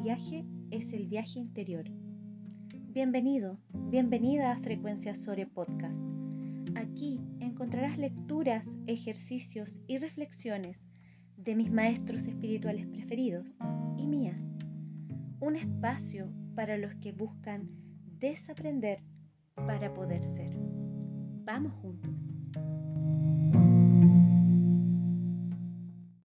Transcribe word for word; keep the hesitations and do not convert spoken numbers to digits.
viaje es el viaje interior. Bienvenido, bienvenida a Frecuencia Sore Podcast. Aquí encontrarás lecturas, ejercicios y reflexiones de mis maestros espirituales preferidos y mías. Un espacio para los que buscan desaprender para poder ser. Vamos juntos.